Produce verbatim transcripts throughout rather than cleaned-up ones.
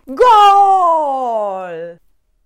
Gol!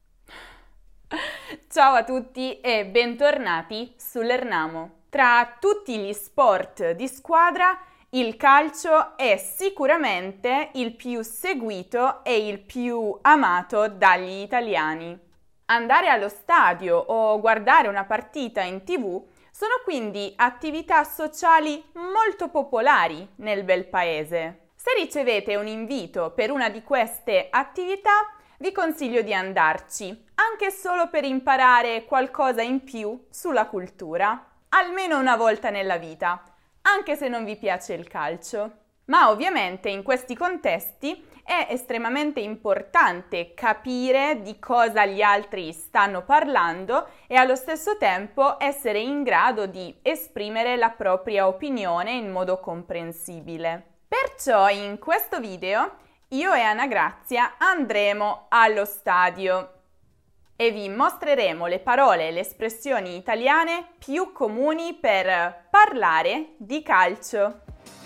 Ciao a tutti e bentornati sull'Ernamo. Tra tutti gli sport di squadra, il calcio è sicuramente il più seguito e il più amato dagli italiani. Andare allo stadio o guardare una partita in tivù sono quindi attività sociali molto popolari nel bel paese. Se ricevete un invito per una di queste attività, vi consiglio di andarci, anche solo per imparare qualcosa in più sulla cultura, almeno una volta nella vita, anche se non vi piace il calcio. Ma ovviamente in questi contesti è estremamente importante capire di cosa gli altri stanno parlando e allo stesso tempo essere in grado di esprimere la propria opinione in modo comprensibile. Perciò in questo video io e Anagrazia andremo allo stadio e vi mostreremo le parole e le espressioni italiane più comuni per parlare di calcio.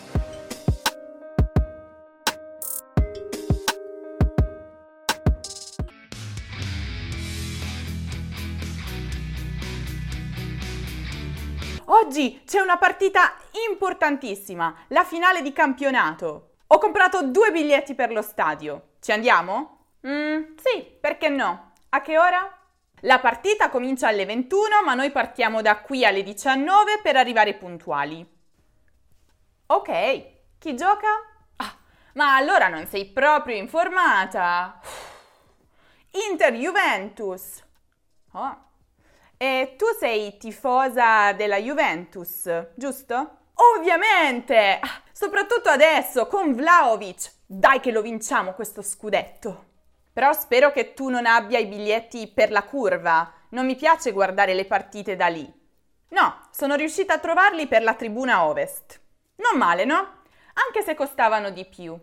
Oggi c'è una partita importantissima, la finale di campionato. Ho comprato due biglietti per lo stadio. Ci andiamo? Mm, sì, perché no? A che ora? La partita comincia alle ventuno, ma noi partiamo da qui alle diciannove per arrivare puntuali. Ok, chi gioca? Ah, ma allora non sei proprio informata. Inter-Juventus. Oh. E tu sei tifosa della Juventus, giusto? Ovviamente! Ah, soprattutto adesso, con Vlahovic. Dai che lo vinciamo questo scudetto. Però spero che tu non abbia i biglietti per la curva. Non mi piace guardare le partite da lì. No, sono riuscita a trovarli per la tribuna ovest. Non male, no? Anche se costavano di più.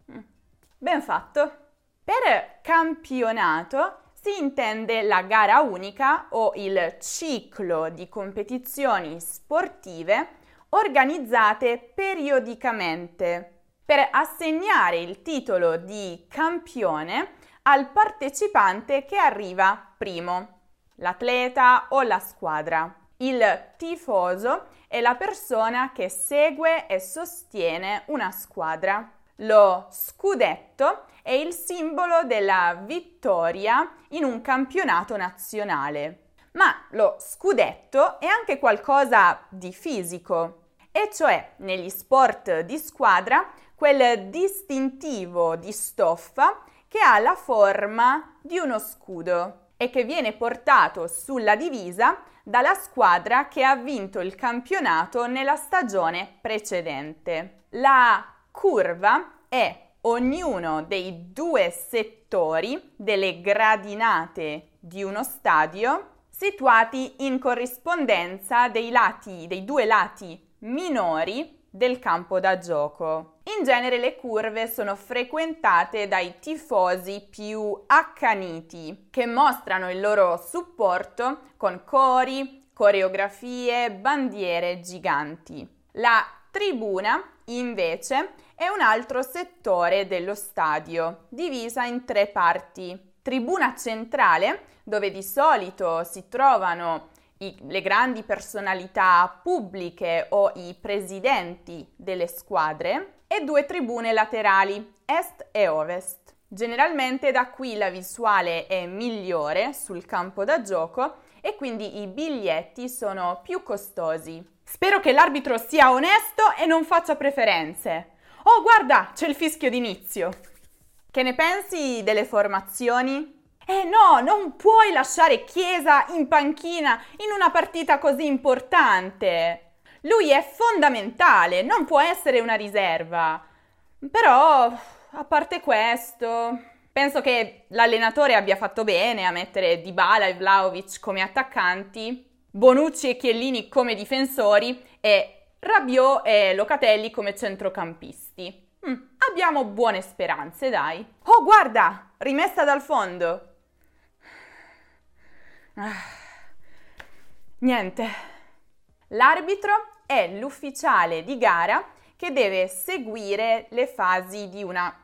Ben fatto. Per campionato si intende la gara unica o il ciclo di competizioni sportive organizzate periodicamente per assegnare il titolo di campione al partecipante che arriva primo, l'atleta o la squadra. Il tifoso è la persona che segue e sostiene una squadra. Lo scudetto è il simbolo della vittoria in un campionato nazionale. Ma lo scudetto è anche qualcosa di fisico, e cioè negli sport di squadra quel distintivo di stoffa che ha la forma di uno scudo e che viene portato sulla divisa dalla squadra che ha vinto il campionato nella stagione precedente. La curva è ognuno dei due settori delle gradinate di uno stadio situati in corrispondenza dei lati, dei due lati minori del campo da gioco. In genere le curve sono frequentate dai tifosi più accaniti, che mostrano il loro supporto con cori, coreografie, bandiere giganti. La tribuna, invece, è un altro settore dello stadio, divisa in tre parti. Tribuna centrale, dove di solito si trovano i, le grandi personalità pubbliche o i presidenti delle squadre, e due tribune laterali, est e ovest. Generalmente da qui la visuale è migliore sul campo da gioco e quindi i biglietti sono più costosi. Spero che l'arbitro sia onesto e non faccia preferenze. Oh, guarda, c'è il fischio d'inizio. Che ne pensi delle formazioni? Eh no, non puoi lasciare Chiesa in panchina in una partita così importante. Lui è fondamentale, non può essere una riserva. Però, a parte questo, penso che l'allenatore abbia fatto bene a mettere Dybala e Vlahovic come attaccanti, Bonucci e Chiellini come difensori e Rabiot e Locatelli come centrocampisti. Mm, abbiamo buone speranze, dai. Oh, guarda, rimessa dal fondo. Ah, niente. L'arbitro è l'ufficiale di gara che deve seguire le fasi di una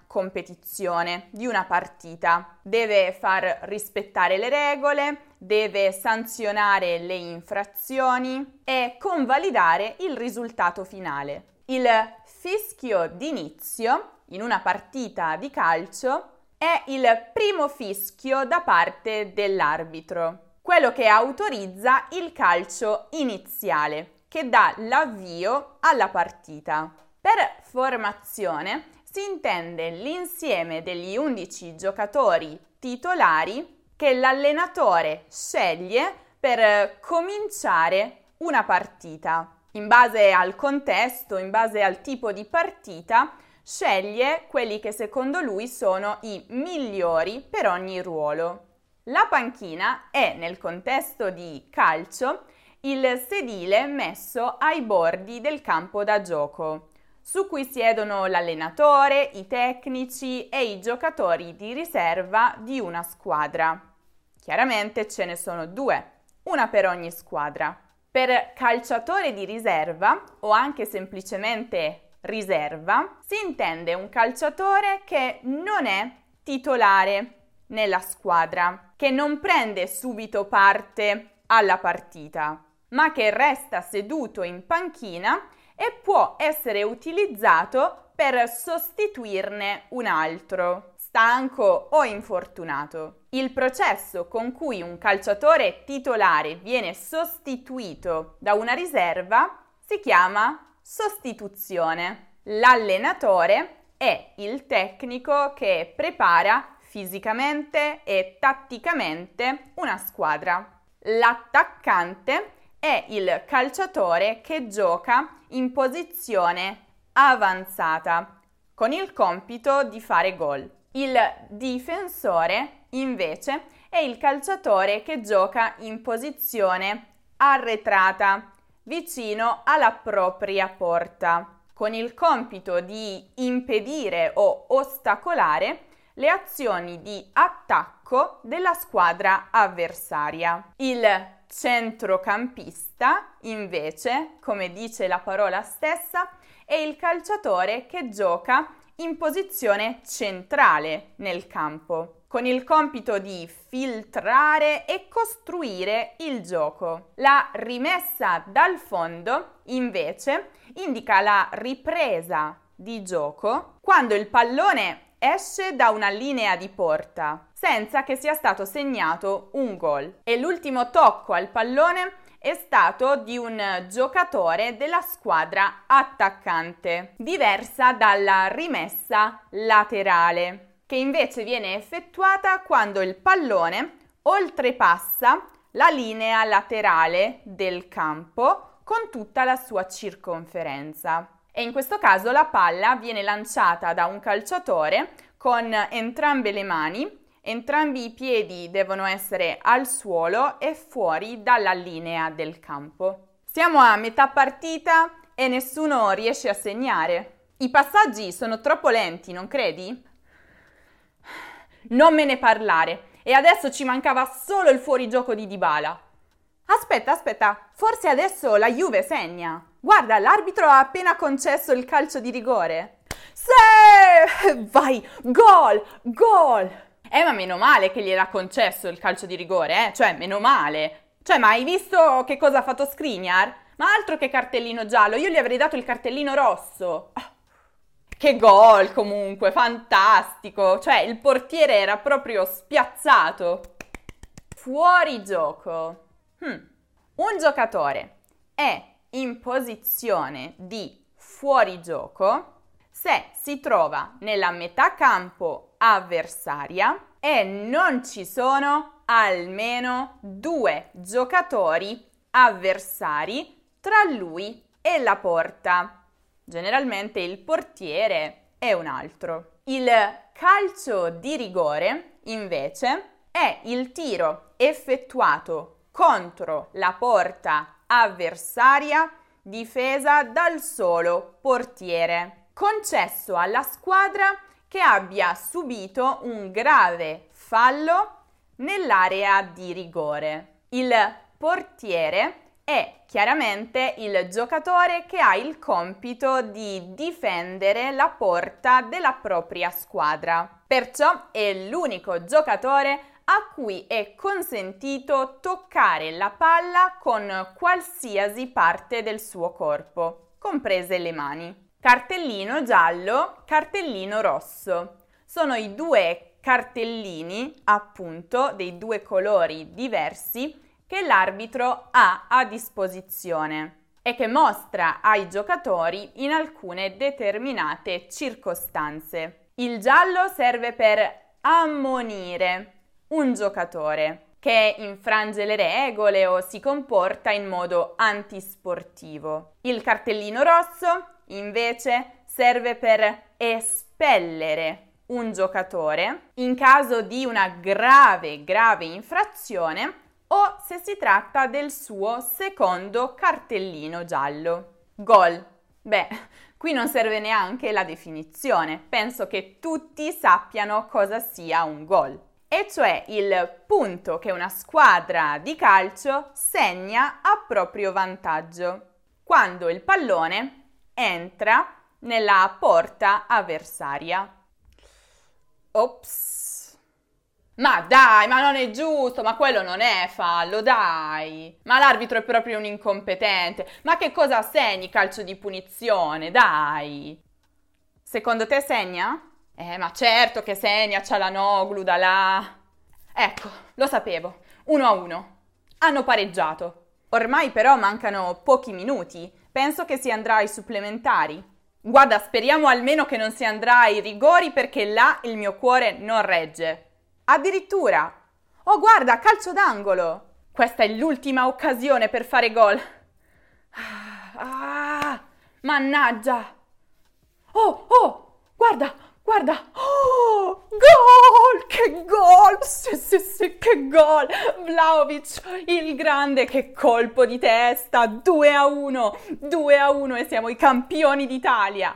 competizione, di una partita. Deve far rispettare le regole, deve sanzionare le infrazioni e convalidare il risultato finale. Il fischio d'inizio in una partita di calcio è il primo fischio da parte dell'arbitro, quello che autorizza il calcio iniziale, che dà l'avvio alla partita. Per formazione si intende l'insieme degli undici giocatori titolari che l'allenatore sceglie per cominciare una partita. In base al contesto, in base al tipo di partita, sceglie quelli che secondo lui sono i migliori per ogni ruolo. La panchina è, nel contesto di calcio, il sedile messo ai bordi del campo da gioco, su cui siedono l'allenatore, i tecnici e i giocatori di riserva di una squadra. Chiaramente ce ne sono due, una per ogni squadra. Per calciatore di riserva, o anche semplicemente riserva, si intende un calciatore che non è titolare nella squadra, che non prende subito parte alla partita, ma che resta seduto in panchina e può essere utilizzato per sostituirne un altro, stanco o infortunato. Il processo con cui un calciatore titolare viene sostituito da una riserva si chiama sostituzione. L'allenatore è il tecnico che prepara fisicamente e tatticamente una squadra. L'attaccante è il calciatore che gioca in posizione avanzata, con il compito di fare gol. Il difensore, invece, è il calciatore che gioca in posizione arretrata, vicino alla propria porta, con il compito di impedire o ostacolare le azioni di attacco della squadra avversaria. Il centrocampista, invece, come dice la parola stessa, è il calciatore che gioca in posizione centrale nel campo, con il compito di filtrare e costruire il gioco. La rimessa dal fondo, invece, indica la ripresa di gioco quando il pallone esce da una linea di porta senza che sia stato segnato un gol e l'ultimo tocco al pallone è stato di un giocatore della squadra attaccante, diversa dalla rimessa laterale, che invece viene effettuata quando il pallone oltrepassa la linea laterale del campo con tutta la sua circonferenza. E in questo caso la palla viene lanciata da un calciatore con entrambe le mani, entrambi i piedi devono essere al suolo e fuori dalla linea del campo. Siamo a metà partita e nessuno riesce a segnare. I passaggi sono troppo lenti, non credi? Non me ne parlare. E adesso ci mancava solo il fuorigioco di Dybala. Aspetta, aspetta, forse adesso la Juve segna. Guarda, l'arbitro ha appena concesso il calcio di rigore. Sì! Vai, gol, gol! Eh, ma meno male che gliel'ha concesso il calcio di rigore, eh? Cioè, meno male. Cioè, ma hai visto che cosa ha fatto Skriniar? Ma altro che cartellino giallo, io gli avrei dato il cartellino rosso. Oh, che gol comunque, fantastico. Cioè, il portiere era proprio spiazzato. Fuori gioco. Hmm. Un giocatore è in posizione di fuorigioco se si trova nella metà campo avversaria e non ci sono almeno due giocatori avversari tra lui e la porta. Generalmente il portiere è un altro. Il calcio di rigore, invece, è il tiro effettuato contro la porta avversaria difesa dal solo portiere, concesso alla squadra che abbia subito un grave fallo nell'area di rigore. Il portiere è chiaramente il giocatore che ha il compito di difendere la porta della propria squadra. Perciò è l'unico giocatore a cui è consentito toccare la palla con qualsiasi parte del suo corpo, comprese le mani. Cartellino giallo, cartellino rosso. Sono i due cartellini, appunto, dei due colori diversi che l'arbitro ha a disposizione e che mostra ai giocatori in alcune determinate circostanze. Il giallo serve per ammonire un giocatore che infrange le regole o si comporta in modo antisportivo. Il cartellino rosso, invece, serve per espellere un giocatore in caso di una grave, grave infrazione o se si tratta del suo secondo cartellino giallo. Gol. Beh, qui non serve neanche la definizione. Penso che tutti sappiano cosa sia un gol. E cioè il punto che una squadra di calcio segna a proprio vantaggio quando il pallone entra nella porta avversaria. Ops! Ma dai, ma non è giusto, ma quello non è fallo, dai! Ma l'arbitro è proprio un incompetente. Ma che cosa segni calcio di punizione, dai! Secondo te segna? Eh, ma certo che segna, Çalhanoğlu da là. Ecco, lo sapevo. Uno a uno. Hanno pareggiato. Ormai però mancano pochi minuti. Penso che si andrà ai supplementari. Guarda, speriamo almeno che non si andrà ai rigori perché là il mio cuore non regge. Addirittura. Oh, guarda, calcio d'angolo. Questa è l'ultima occasione per fare gol. Ah, mannaggia. Oh, oh, guarda. Guarda, oh, gol, che gol, sì, sì, sì, che gol, Vlahović, il grande, che colpo di testa, due a uno, due a uno e siamo i campioni d'Italia.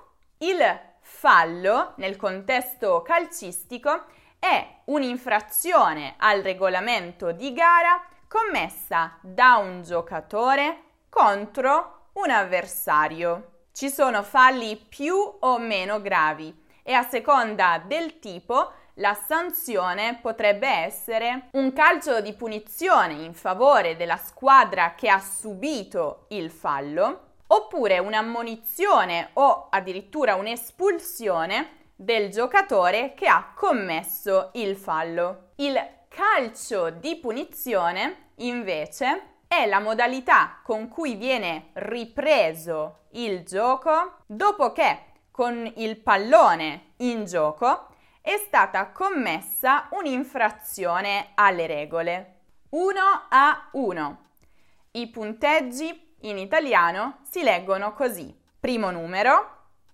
Il fallo, nel contesto calcistico, è un'infrazione al regolamento di gara commessa da un giocatore contro un avversario. Ci sono falli più o meno gravi e a seconda del tipo la sanzione potrebbe essere un calcio di punizione in favore della squadra che ha subito il fallo, oppure un'ammonizione o addirittura un'espulsione del giocatore che ha commesso il fallo. Il calcio di punizione, invece, è la modalità con cui viene ripreso il gioco dopo che con il pallone in gioco è stata commessa un'infrazione alle regole. uno a uno. I punteggi in italiano si leggono così: primo numero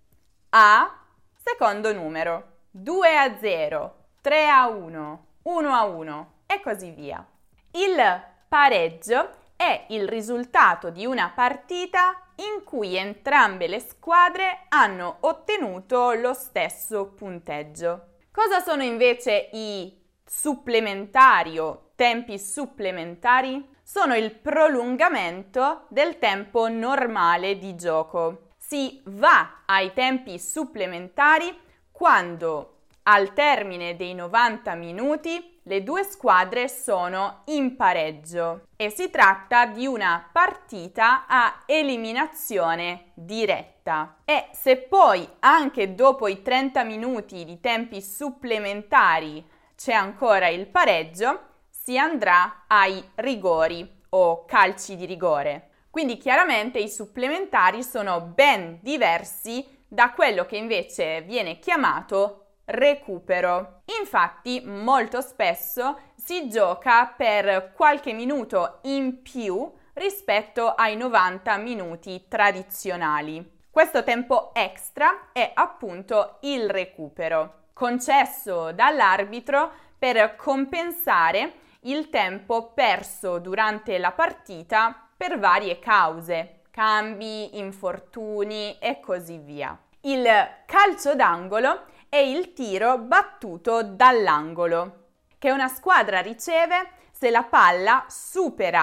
A, secondo numero due a zero, tre a uno, uno a uno e così via. Il pareggio è il risultato di una partita in cui entrambe le squadre hanno ottenuto lo stesso punteggio. Cosa sono invece i supplementari o tempi supplementari? Sono il prolungamento del tempo normale di gioco. Si va ai tempi supplementari quando al termine dei novanta minuti le due squadre sono in pareggio e si tratta di una partita a eliminazione diretta. E se poi anche dopo i trenta minuti di tempi supplementari c'è ancora il pareggio, si andrà ai rigori o calci di rigore. Quindi chiaramente i supplementari sono ben diversi da quello che invece viene chiamato recupero. Infatti molto spesso si gioca per qualche minuto in più rispetto ai novanta minuti tradizionali. Questo tempo extra è appunto il recupero, concesso dall'arbitro per compensare il tempo perso durante la partita per varie cause, cambi, infortuni e così via. Il calcio d'angolo è il tiro battuto dall'angolo, che una squadra riceve se la palla supera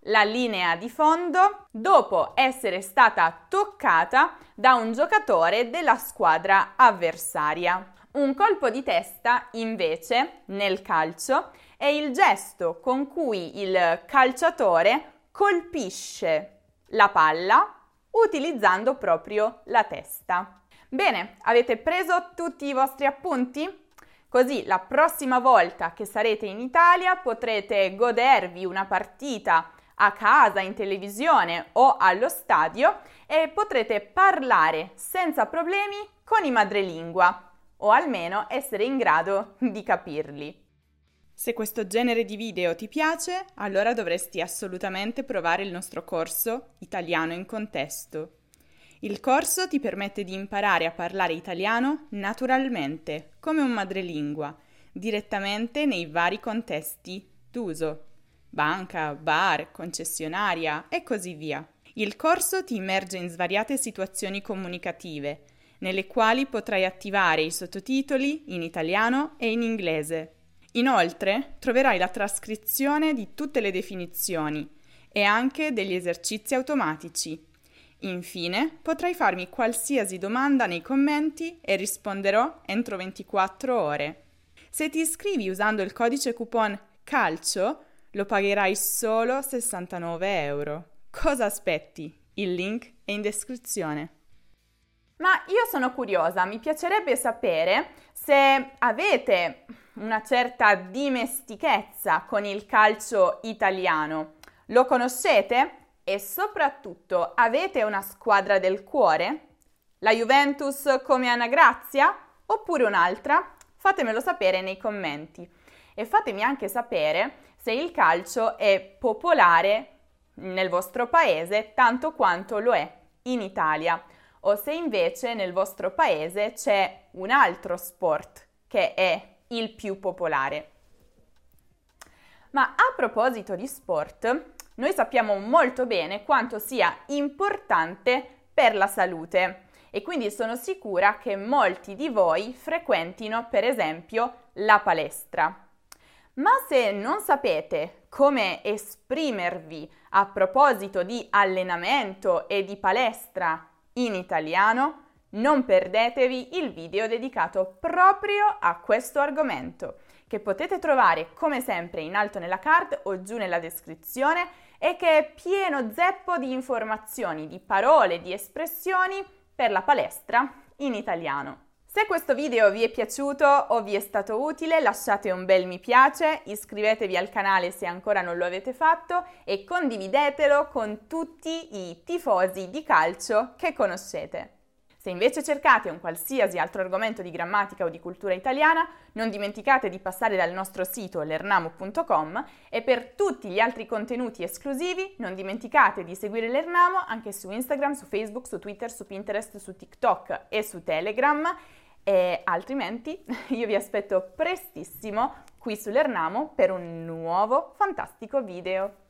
la linea di fondo dopo essere stata toccata da un giocatore della squadra avversaria. Un colpo di testa, invece, nel calcio, è il gesto con cui il calciatore colpisce la palla utilizzando proprio la testa. Bene, avete preso tutti i vostri appunti? Così la prossima volta che sarete in Italia potrete godervi una partita a casa, in televisione o allo stadio e potrete parlare senza problemi con i madrelingua o almeno essere in grado di capirli. Se questo genere di video ti piace, allora dovresti assolutamente provare il nostro corso Italiano in contesto. Il corso ti permette di imparare a parlare italiano naturalmente, come un madrelingua, direttamente nei vari contesti d'uso: banca, bar, concessionaria e così via. Il corso ti immerge in svariate situazioni comunicative, nelle quali potrai attivare i sottotitoli in italiano e in inglese. Inoltre, troverai la trascrizione di tutte le definizioni e anche degli esercizi automatici. Infine, potrai farmi qualsiasi domanda nei commenti e risponderò entro ventiquattro ore. Se ti iscrivi usando il codice coupon CALCIO, lo pagherai solo sessantanove euro. Cosa aspetti? Il link è in descrizione. Ma io sono curiosa, mi piacerebbe sapere se avete una certa dimestichezza con il calcio italiano. Lo conoscete? E soprattutto, avete una squadra del cuore? La Juventus come Anna Grazia? Oppure un'altra? Fatemelo sapere nei commenti. E fatemi anche sapere se il calcio è popolare nel vostro paese tanto quanto lo è in Italia, o se invece nel vostro paese c'è un altro sport che è il più popolare. Ma a proposito di sport, noi sappiamo molto bene quanto sia importante per la salute e quindi sono sicura che molti di voi frequentino per esempio la palestra. Ma se non sapete come esprimervi a proposito di allenamento e di palestra in italiano, non perdetevi il video dedicato proprio a questo argomento, che potete trovare come sempre in alto nella card o giù nella descrizione e che è pieno zeppo di informazioni, di parole, di espressioni per la palestra in italiano. Se questo video vi è piaciuto o vi è stato utile, lasciate un bel mi piace, iscrivetevi al canale se ancora non lo avete fatto e condividetelo con tutti i tifosi di calcio che conoscete. Se invece cercate un qualsiasi altro argomento di grammatica o di cultura italiana, non dimenticate di passare dal nostro sito lernamo punto com e per tutti gli altri contenuti esclusivi non dimenticate di seguire Lernamo anche su Instagram, su Facebook, su Twitter, su Pinterest, su TikTok e su Telegram. E altrimenti io vi aspetto prestissimo qui su Lernamo per un nuovo fantastico video.